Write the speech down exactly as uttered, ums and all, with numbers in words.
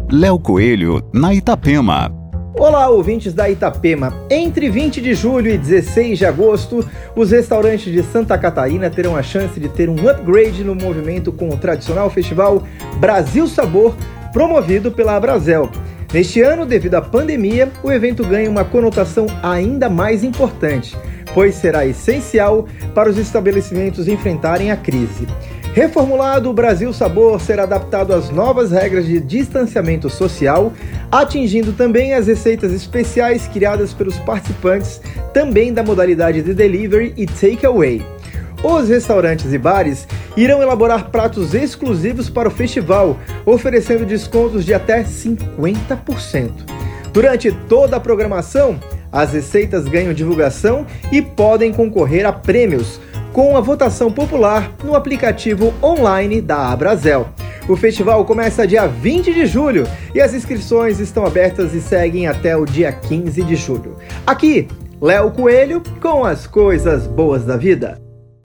Léo Coelho, na Itapema. Olá, ouvintes da Itapema. Entre vinte de julho e dezesseis de agosto, os restaurantes de Santa Catarina terão a chance de ter um upgrade no movimento com o tradicional festival Brasil Sabor, promovido pela Abrazel. Neste ano, devido à pandemia, o evento ganha uma conotação ainda mais importante, pois será essencial para os estabelecimentos enfrentarem a crise. Reformulado, o Brasil Sabor será adaptado às novas regras de distanciamento social, atingindo também as receitas especiais criadas pelos participantes, também da modalidade de delivery e takeaway. Os restaurantes e bares irão elaborar pratos exclusivos para o festival, oferecendo descontos de até cinquenta por cento. Durante toda a programação, as receitas ganham divulgação e podem concorrer a prêmios, com a votação popular no aplicativo online da Abrazel. O festival começa dia vinte de julho e as inscrições estão abertas e seguem até o dia quinze de julho. Aqui, Léo Coelho com as coisas boas da vida.